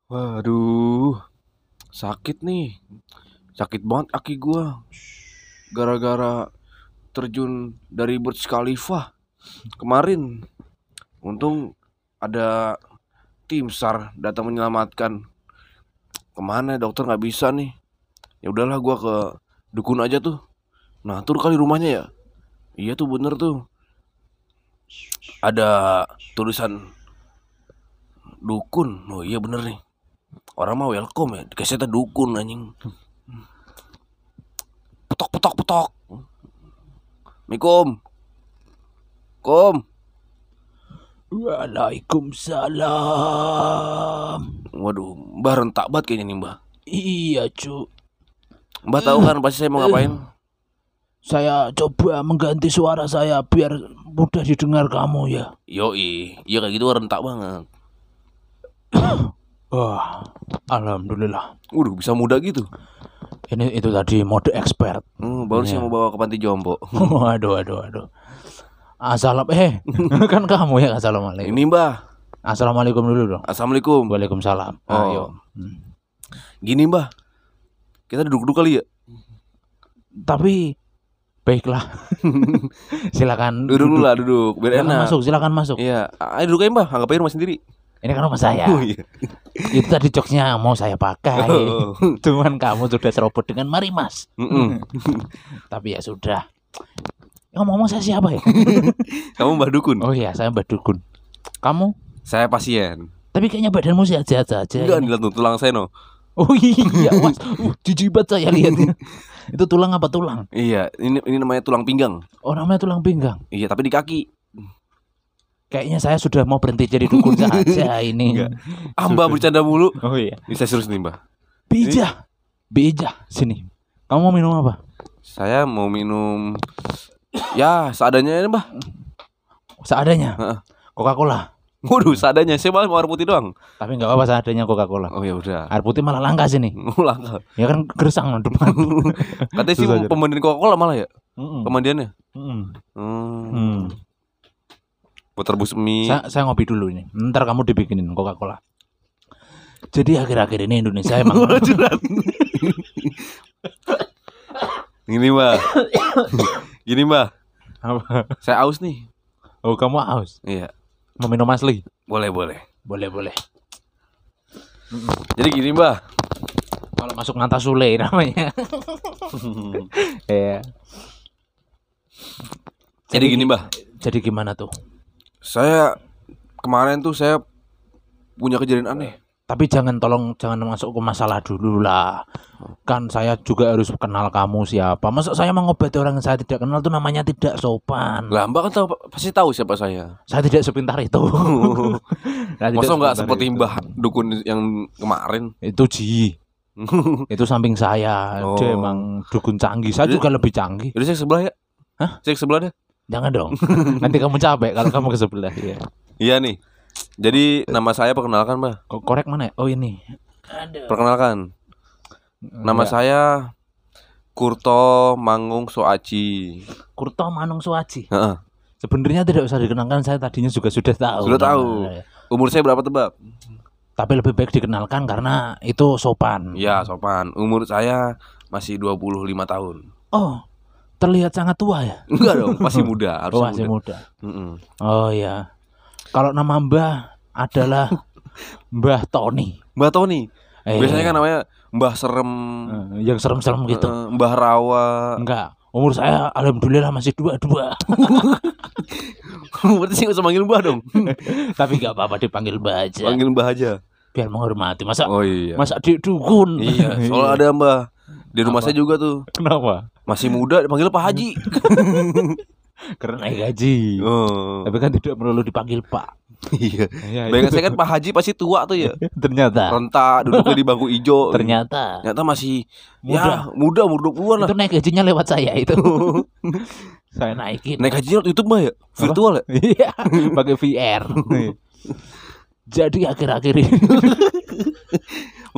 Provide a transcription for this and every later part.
Waduh, sakit nih. Sakit banget kaki gua. Gara-gara terjun dari Burj Khalifa kemarin. Untung ada tim SAR datang menyelamatkan. Kemana dokter nggak bisa nih. Ya udahlah gua ke dukun aja tuh. Nah, tuh kali rumahnya ya. Iya tuh bener tuh. Ada tulisan dukun. Oh iya bener nih. Orang mah welcome ya. Dikasih dukun anjing. Petok petok petok. Assalamualaikum. Kom. Waalaikumsalam. Waduh, Mbah rentak banget kayaknya nih Mbah. Iya, Cuk. Mbah tahu kan pasti saya mau ngapain? Saya coba mengganti suara saya biar mudah didengar kamu ya. Yoi, iya kayak gitu rentak banget. Wah, alhamdulillah. Waduh, bisa muda gitu. Ini itu tadi mode expert. Baru sih mau bawa ke panti jompo. Aduh. Kan kamu ya. Assalamualaikum. Ini Mbah. Assalamualaikum dulu dong. Assalamualaikum. Waalaikumsalam. Oh. Ayo. Gini Mbah, kita duduk-duduk kali ya. Tapi baiklah. Silakan Duduk dulu lah, duduk. Biar Silakan enak. masuk, silakan masuk. Iya, ayo duduk aja Mbah, anggap aja rumah sendiri. Ini kan rumah saya. Oh iya. Itu tadi jokesnya mau saya pakai. Oh. Cuman kamu sudah serobot dengan mari mas. Mm-mm. Tapi ya sudah. Ngomong-ngomong saya siapa ya? Kamu Mbah Dukun. Oh iya, saya Mbak Dukun. Kamu? Saya pasien. Tapi kayaknya badanmu sehat-sehat saja. Enggak, ini. dilihat tuh tulang saya no. Oh iya, mas. Jijik banget saya lihat. Itu tulang apa tulang? Iya, ini namanya tulang pinggang. Oh namanya tulang pinggang. Iya, tapi di kaki. Kayaknya saya sudah mau berhenti jadi dukun saja ini. Enggak. Mbah bercanda mulu. Oh iya. Ini saya serius nih Mbah. Bija, sini. Kamu mau minum apa? Saya mau minum ya seadanya ya Mbah. Seadanya. Heeh. Coca-Cola. Waduh, seadanya. Saya malah mau air putih doang. Tapi nggak apa-apa seadanya Coca-Cola. Oh ya udah. Air putih malah langka sini. Langka. Ya kan gersang depan. Katanya sih Susah, pemandian Coca-Cola malah ya. Mm-mm. Pemandiannya. Mm. Buat rebus mie. Saya ngopi dulu ini. Ntar kamu dibikinin Coca-Cola. Jadi akhir-akhir ini Indonesia emang Gini Mbah. Gini Mbah. apa? Saya aus nih. Oh kamu haus? Iya. Mau minum asli? Boleh. Boleh. Jadi gini Mbah. Kalau masuk Nata Sule namanya. Iya. Jadi gini Mbah. Jadi gimana tuh? Saya kemarin tuh saya punya kejadian aneh. Tapi jangan masuk ke masalah dulu lah. Kan saya juga harus kenal kamu siapa. Masa saya mengobati orang yang saya tidak kenal tuh namanya tidak sopan. Lah Mbak kan tahu, pasti tahu siapa saya. Saya tidak sepintar itu. Masa nggak seperti Mbah Dukun yang kemarin? Itu itu samping saya. Oh. Dia emang dukun canggih. Saya juga lebih canggih. Jadi saya sebelah ya? Hah? Saya ke sebelah deh. Jangan dong. Nanti kamu capek kalau kamu ke sebelah ya. Iya nih. Jadi nama saya perkenalkan Mbah. Korek mana? Oh ini. Perkenalkan. Nama saya Kurto Mangung Soaci. Kurto Manung Suaji. Heeh. Sebenarnya tidak usah dikenalkan, saya tadinya juga sudah tahu. Sudah tahu. Nah, Umur saya berapa tebak? tapi lebih baik dikenalkan karena itu sopan. Iya, sopan. Umur saya masih 25 tahun. Oh, terlihat sangat tua ya? Enggak dong, masih muda, harus Oh, masih muda. Mm-mm. Oh ya. Kalau nama Mbah adalah Mbah Tony. Mbah Tony. Eh, Biasanya kan namanya Mbah Serem, yang serem-serem gitu. Mbah Rawa. Enggak. Umur saya alhamdulillah masih 22. Berarti sih nggak usah manggil Mbah dong. Tapi enggak apa-apa dipanggil Mbah aja. Panggil Mbah aja. Biar menghormati. Masa Oh iya. masa di dukun. Iya, soalnya ada Mbah di rumah Apa? saya juga tuh. Kenapa? Masih muda dipanggil Pak Haji. Karena naik gaji. Oh. Tapi kan tidak perlu dipanggil Pak. Iya. Ya, Bayangan saya kan Pak Haji pasti tua tuh ya. Ternyata Renta, duduknya di bangku ijo. Ternyata Masih Muda. muda, umur 20-an lah. itu naik gajinya lewat saya itu. Saya naikin. Naik haji lewat YouTube Mbah ya? Virtual ya? Iya, pakai VR. Jadi akhir-akhir ini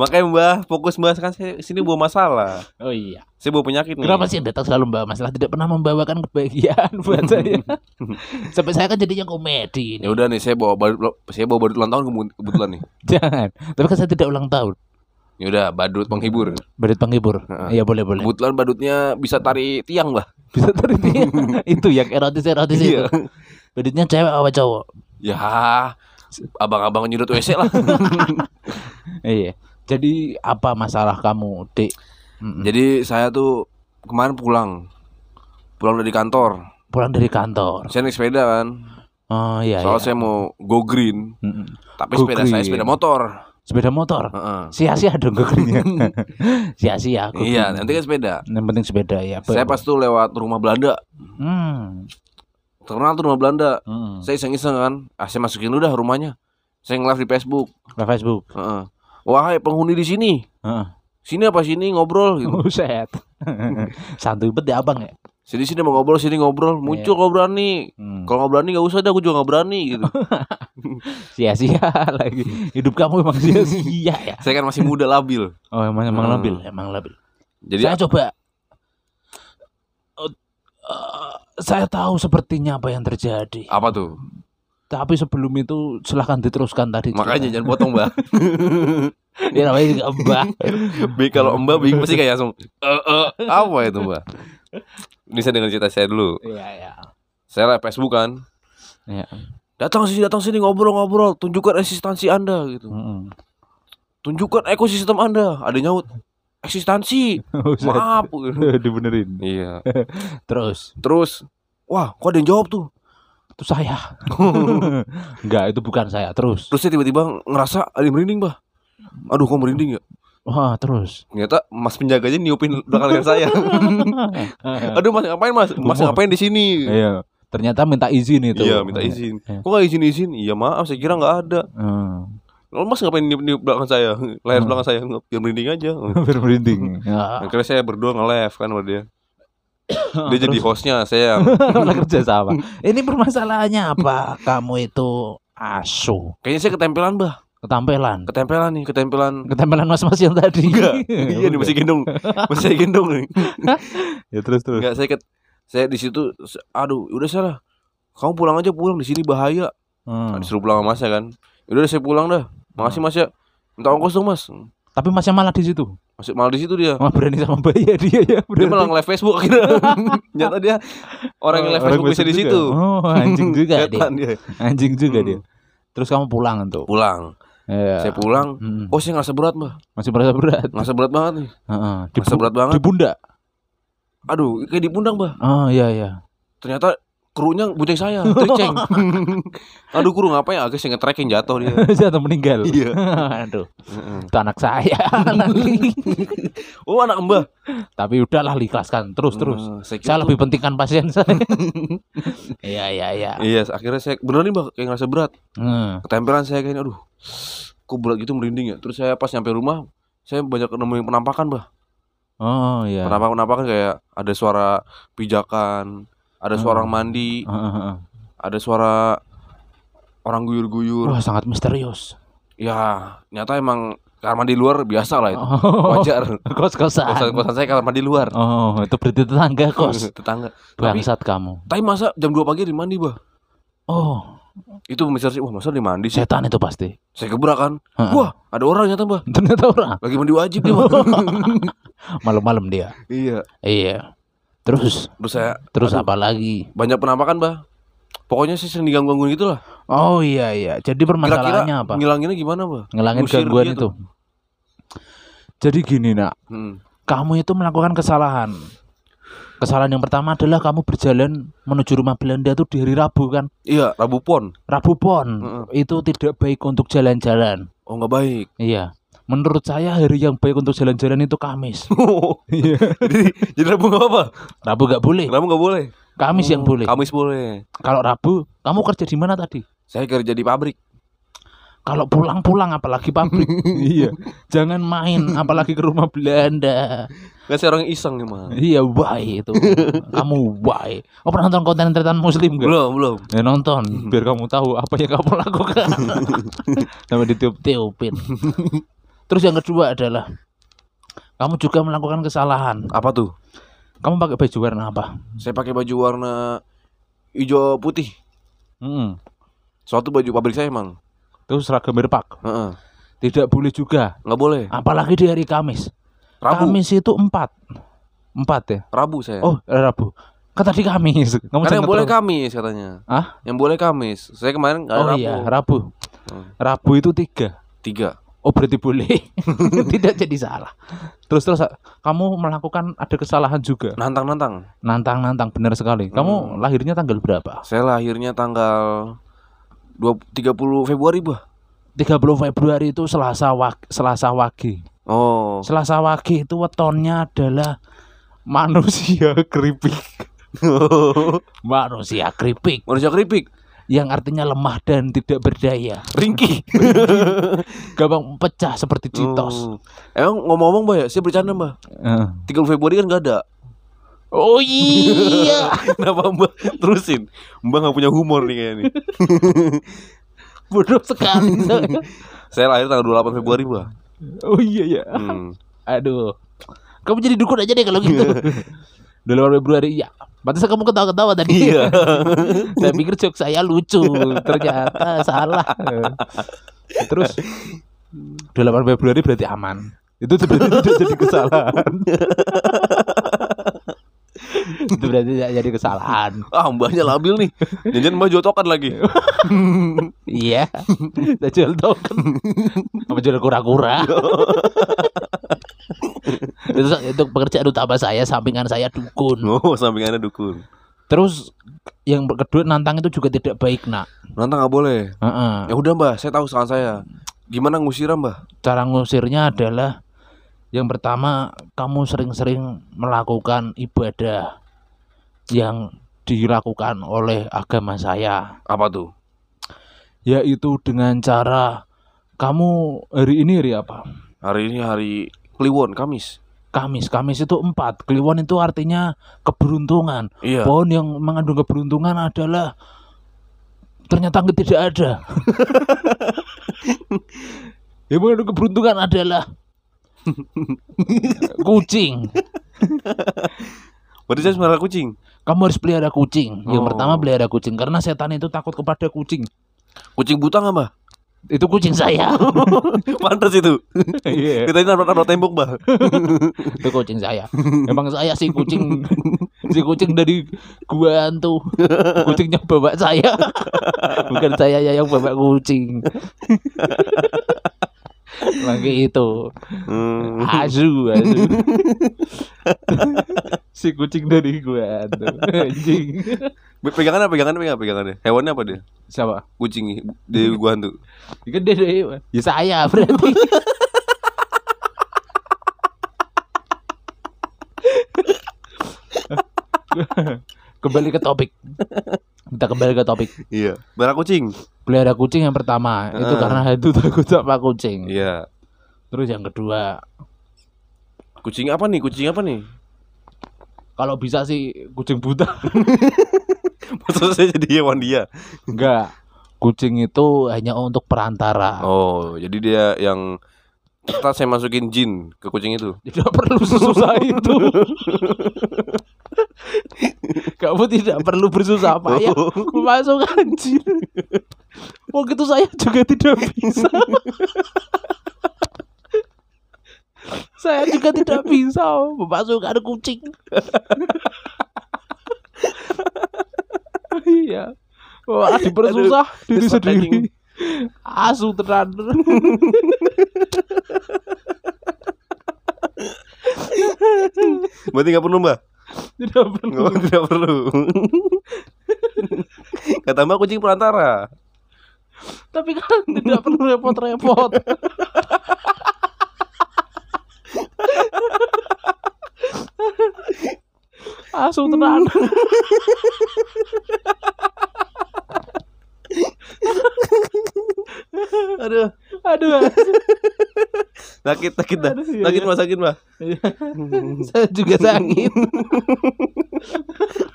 Makanya Mbah, fokus Mbah, kan saya sini bawa masalah. Oh iya. Saya bawa penyakit nih. Kenapa sih Anda tak selalu membawa masalah, tidak pernah membawakan kebahagiaan buat saya? Sampai saya kan jadinya komedi ini. Ya udah nih, saya bawa badut ulang tahun kebetulan nih. Jangan. Tapi kan saya tidak ulang tahun. Ya udah, badut penghibur. Badut penghibur. Iya boleh. Kebetulan badutnya bisa tari tiang, Mbah. Bisa terhenti. Itu yang erotis itu. Iya. Badutnya cewek apa cowok? Ya, abang-abang nyedot WC lah. Iya. Jadi apa masalah kamu, Dik? Jadi saya tuh kemarin pulang dari kantor. Pulang dari kantor. Saya naik sepeda kan. Oh iya. Soalnya saya mau go green. Tapi Go sepeda saya green. sepeda motor. Sepeda motor. Heeh. Sia-sia dong googling-nya. Sia-sia. Iya, nanti kan sepeda. Yang penting sepeda ya. Saya pas tuh lewat rumah Belanda. Terkenal tuh rumah Belanda. Saya iseng-iseng kan. Saya masukin dulu dah rumahnya. Saya nge-live di Facebook. Ke Facebook. Heeh. Wahai penghuni di sini. Heeh. Sini apa sini ngobrol gitu. Buset. Santuy bet ya abang ya. Sini mau ngobrol, sini ngobrol. Muncul kalau berani. Kalau nggak berani nggak usah dah, aku juga nggak berani gitu. Sia-sia lagi. Hidup kamu emang sia-sia ya. Saya kan masih muda labil. Oh emang labil, emang labil. Jadi Saya coba. Saya tahu sepertinya apa yang terjadi. apa tuh? Tapi sebelum itu silahkan diteruskan tadi. Makanya jangan potong, Mbak. Ya namanya juga Mbak. Kalau Mbak bingung pasti kayak langsung apa itu, Mbak? Ini saya dengar cerita saya dulu. Iya. Saya live Facebook kan. Iya. Datang sini ngobrol, tunjukkan eksistensi Anda gitu. Tunjukkan ekosistem Anda. Ada nyaut. Eksistensi. Maaf. Dibenerin. Iya. Terus, wah, kok ada yang jawab tuh? itu saya. Enggak, itu bukan saya. Terus Terus saya tiba-tiba ngerasa ada yang merinding, Bah. Aduh, kok merinding ya? wah, terus. Ternyata Mas penjaganya niupin belakang leher saya. Aduh, Mas ngapain, Mas? Mas ngapain di sini? Iya. Ternyata minta izin itu. Iya, minta izin. Kok nggak izin? Iya, maaf, saya kira nggak ada. Lalu Mas ngapain niup belakang saya? Leher belakang saya, biar merinding aja. Biar merinding. Ya. Akhirnya saya berdua nge-live kan sama dia. Dia jadi hostnya, saya Malah kerja sama. Ini permasalahannya apa? Kamu itu asu. kayaknya saya ketempelan, Bah. Ketampelan Ketempelan mas-mas yang tadi. Enggak. Iya nih masih gendong nih. Ya terus. Enggak, saya di situ, aduh, udah salah. Kamu pulang aja, di sini bahaya. Disuruh pulang sama Mas ya kan. Udah saya pulang dah. Makasih Mas ya. Minta ongkos dong, Mas. Tapi masnya malah di situ. Masih malah di situ dia. Wah, berani sama bayar dia ya. Dia malah nge-live Facebook akhirnya. Nyata dia orang yang live Facebook bisa di situ. Oh, anjing juga Setan dia. Anjing juga dia. Terus kamu pulang tuh. Pulang. Ya. Saya pulang. Oh, saya ngerasa berat, Mbak. Masih merasa berat. Ngerasa berat banget nih. Ngerasa berat banget. Di pundak. Aduh, kayak di pundak, Mbak. Oh, iya. Ternyata krunya bonceng saya, triceng. Aduh, kru ngapain? Agak saya nge-tracking jatuh dia. Jatuh meninggal. Iya. Aduh. Itu anak saya nanti. Oh, anak Mbah. Tapi udahlah, ikhlaskan terus. Saya lebih pentingkan pasien saya. Iya. Iya, akhirnya saya bener nih, Mbak, kayak ngerasa berat. Ketempelan saya kayaknya, aduh. Kok berat gitu, merinding ya. Terus saya pas nyampe rumah, saya banyak nemuin penampakan, Mbah. Oh iya. Penampakan kayak ada suara pijakan, ada suara orang mandi, ada suara orang guyur-guyur. Wah, sangat misterius. Ya, nyata emang kamar mandi luar biasa lah itu. Wajar. Kos-kosan. Kosan saya kamar mandi luar. Oh, itu berarti tetangga kos. Tetangga. Bangsat kamu. Tapi masa jam 2 pagi di mandi, Bah? Oh, itu misal sih, wah masa di mandi sih? setan itu pasti. Saya gebrak kan. Wah, ada orang nyata, Mbah. Ternyata orang. Lagi mandi wajib dia, Mbah. Malam-malam dia. Iya. Terus apa lagi? Banyak penampakan, Mbah. Pokoknya sih sering digangguin gitu lah. Oh iya. Jadi permasalahannya apa? Ngilanginnya gimana, Mbah? Ngilangin Ngusir gangguan dia itu. tuh. Jadi gini, Nak. Kamu itu melakukan kesalahan. Kesalahan yang pertama adalah kamu berjalan menuju rumah Belanda itu di hari Rabu kan? Iya, Rabu Pon. Itu tidak baik untuk jalan-jalan. Oh, nggak baik. Iya. Menurut saya hari yang baik untuk jalan-jalan itu Kamis. Iya. jadi Rabu nggak apa? Rabu nggak boleh. Rabu nggak boleh. Kamis yang boleh. Kamis boleh. Kalau Rabu, kamu kerja di mana tadi? Saya kerja di pabrik. Kalau pulang apalagi pabrik. Iya. Jangan main apalagi ke rumah Belanda. Kan saya orang iseng nih, Mas. Iya, why itu. Kamu why? Oh, pernah nonton konten-konten muslim gak? Belum. Ya nonton, biar kamu tahu apa yang kamu lakukan. Sampai ditiup-tiupin. Terus yang kedua adalah kamu juga melakukan kesalahan. Apa tuh? Kamu pakai baju warna apa? Saya pakai baju warna hijau putih. Suatu baju pabrik saya emang. Terus seragam berpak. Heeh. Tidak boleh juga. Nggak boleh. Apalagi di hari Kamis. Rabu. Kamis itu 4 ya? Rabu saya. Oh, Rabu. Kan tadi Kamis. Kamu Karena yang jangan boleh terlalu- Kamis katanya. Hah? Yang boleh Kamis. Saya kemarin nggak ada Oh Rabu. iya, Rabu. Rabu itu 3. 3. Oh berarti boleh. Tidak jadi salah. Terus kamu melakukan ada kesalahan juga. Nantang. Nantang benar sekali. Kamu lahirnya tanggal berapa? Saya lahirnya tanggal 30 Februari, Bah. 30 Februari itu Selasa Wage. Oh. Selasa Wage itu wetonnya adalah manusia keripik. Manusia keripik Manusia keripik. yang artinya lemah dan tidak berdaya. Ringkih. Gampang pecah seperti Citos. Emang ngomong-ngomong, Bah, ya, saya bercanda, Bah. 30 Februari kan nggak ada. Oh iya. Kenapa Mbak terusin? Mbak nggak punya humor nih kayaknya nih. Bodoh sekali. Saya lahir tanggal 28 Februari, Mbak. Oh iya ya. Aduh. Kamu jadi dukun aja deh kalau gitu. 28 Februari ya. Pantas kamu ketawa-ketawa tadi. Iya. Saya pikir jok saya lucu, ternyata salah. Terus 28 Februari berarti aman. Itu berarti tidak jadi kesalahan. Itu berarti tidak jadi kesalahan. Mbaknya labil nih. Jangan Mbak jotokan lagi. Iya. Saya jual token. Apa jual kura-kura? Itu pekerjaan utama saya, sampingan saya dukun. Oh, sampingannya dukun. Terus yang kedua nantang itu juga tidak baik, Nak. Nantang nggak boleh. Heeh. Ya udah, Mbak, saya tahu saran saya. Gimana ngusirnya, Mbak? Cara ngusirnya adalah yang pertama, kamu sering-sering melakukan ibadah yang dilakukan oleh agama saya. Apa tuh? Yaitu dengan cara kamu hari apa? Hari ini hari Kliwon, Kamis. Kamis itu 4. Kliwon itu artinya keberuntungan. Iya. Pohon yang mengandung keberuntungan adalah ternyata tidak ada. Yang mengandung keberuntungan adalah kucing. Berarti saya sebenarnya kucing. Kamu harus pelihara kucing. Yang Oh. pertama pelihara kucing karena setan itu takut kepada kucing. Kucing buta nggak, Mbak? Itu kucing saya. Pantas itu. Iya. Kita ini nabrak tembok, Mbak. Itu kucing saya. Emang saya si kucing dari gua hantu. Kucingnya bawa saya. Bukan saya yang bawa kucing. Lagi itu. Asu. Si kucing dari gua hantu. Anjing. Pegangannya. Hewannya apa dia? Siapa? Kucing di gua hantu. Kan dia ya saya berarti. Kembali ke topik. Kita kembali ke topik. Iya. Merah kucing. Pelihara kucing yang pertama itu karena hantu takut sama kucing. Iya. Terus yang kedua, Kucing apa nih? kalau bisa sih kucing buta. Maksudnya saya jadi hewan dia. Enggak. Kucing itu hanya untuk perantara. Oh, jadi dia yang kita saya masukin jin ke kucing itu. Tidak perlu sesusah itu. Kamu tidak perlu bersusah payah memasukkan jin. Waktu itu saya juga tidak bisa. Saya juga tidak bisa memasukkan kucing. Iya. Wah, dipersusah diri kesel sendiri. anjing. Asu tenan. Berarti nggak perlu, Mbak? Tidak perlu. Tidak perlu. Kata Mbak kucing perantara. Tapi kan tidak perlu repot-repot. Asu tenan. Aduh, Asu. sakit dah. Aduh, iya, Sakit, iya. Mbak, sakit, Mbak. Saya juga sakit.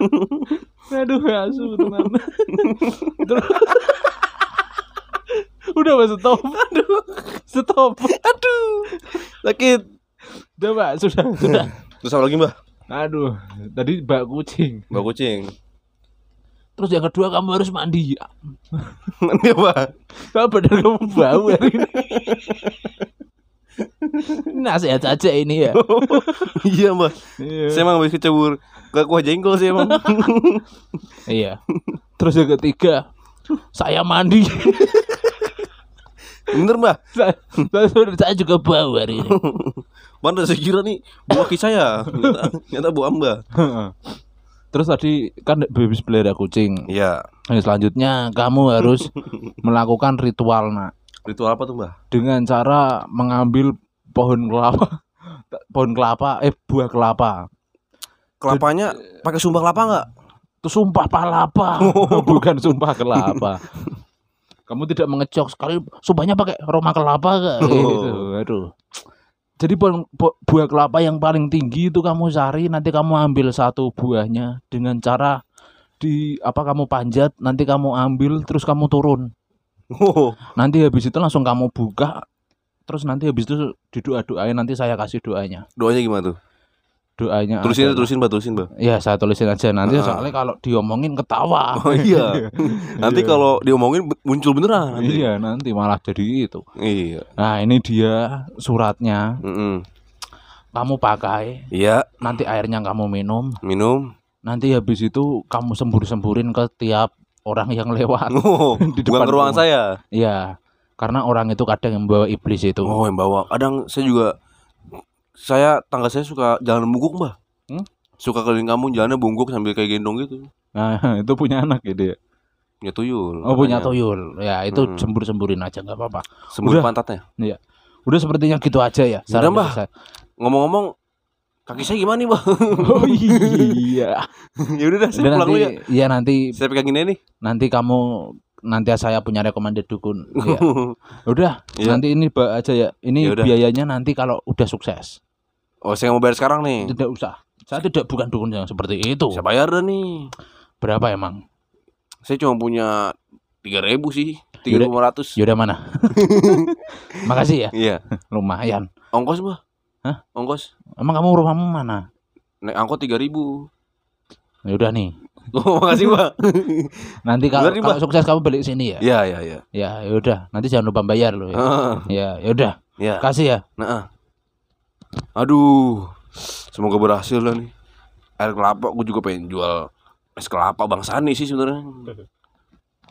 Aduh, asu tenan. Terus Udah Mas, stop. Stop. Aduh. Sakit. Udah Mbak, sudah. Terus apa lagi, Mbah? Aduh, tadi bak kucing. Mbak kucing. Terus yang kedua kamu harus mandi. Mandi apa? Kalau badan kamu bau hari ini. Nasihat aja ini ya. Iya, Mbah. Saya emang habis kecebur ke kuah jengkol sih emang. Iya. Terus yang ketiga, saya mandi. Bener, Mbah. Saya juga bau hari ini. Mana saya kira nih buah kaki saya. Nyata buah Mbah. Terus tadi kan habis pelihara kucing. Iya. Nah, selanjutnya kamu harus melakukan ritual, Nak. Ritual apa tuh, Mbah? Dengan cara mengambil pohon kelapa. Buah kelapa. Kelapanya pakai sumpah kelapa enggak? Itu sumpah palapa, bukan sumpah kelapa. Kamu tidak mengecok sekali, sumpahnya pakai aroma kelapa enggak? Gitu. Aduh. Jadi buah kelapa yang paling tinggi itu kamu cari, nanti kamu ambil satu buahnya dengan cara kamu panjat, nanti kamu ambil terus kamu turun. Nanti habis itu langsung kamu buka, terus nanti habis itu didoa-doain, nanti saya kasih doanya. Doanya gimana tuh? Doanya Tulisin, Mbah. Ya, saya tulisin aja nanti soalnya kalau diomongin ketawa. Oh iya. Nanti kalau diomongin muncul beneran nanti. Iya, nanti malah jadi itu. Iya. Nah, ini dia suratnya. Kamu pakai. Iya. Nanti airnya kamu minum. Nanti habis itu kamu sembur-semburin ke tiap orang yang lewat. Di depan ruangan saya. Iya. Karena orang itu kadang yang membawa iblis itu. Oh, yang bawa. Kadang tangga saya suka jalan bungkuk, Mbah. Suka keliling kamu jalannya bungkuk sambil kayak gendong gitu. Nah, itu punya anak gitu ya. Punya tuyul. Oh, punya tuyul. Ya, itu sembur-semburin aja enggak apa-apa. Sembur pantatnya. Iya. Udah sepertinya gitu aja ya. Udah, Mbah. Ngomong-ngomong, kaki saya gimana nih, Mbah? Oh iya. Ya udah saya pulang dulu ya. Iya, nanti saya pegang ini nih. Nanti saya punya recommended dukun. Ya. Udah, ya. Nanti ini aja ya. Ini Yaudah. biayanya nanti kalau udah sukses. Oh, saya mau bayar sekarang nih. Tidak usah. Saya bukan dukun yang seperti itu. Saya bayar dah nih. Berapa emang? Saya cuma punya 3.000 sih. 3.500. Yaudah mana? Makasih ya. Iya. Lumayan. Ongkos, Mbah? Hah? Ongkos? Emang kamu rumahmu mana? Naik angkot 3.000. Yaudah nih. Oh, makasih, Mbah. Nanti kalau sukses kamu balik sini ya. Iya. Ya, yaudah. Nanti jangan lupa bayar loh ya. Yaudah. Ya. Kasih ya. Nah. Aduh. Semoga berhasil lah nih. Air kelapa aku juga pengen jual es kelapa Bang Sani sih sebenarnya.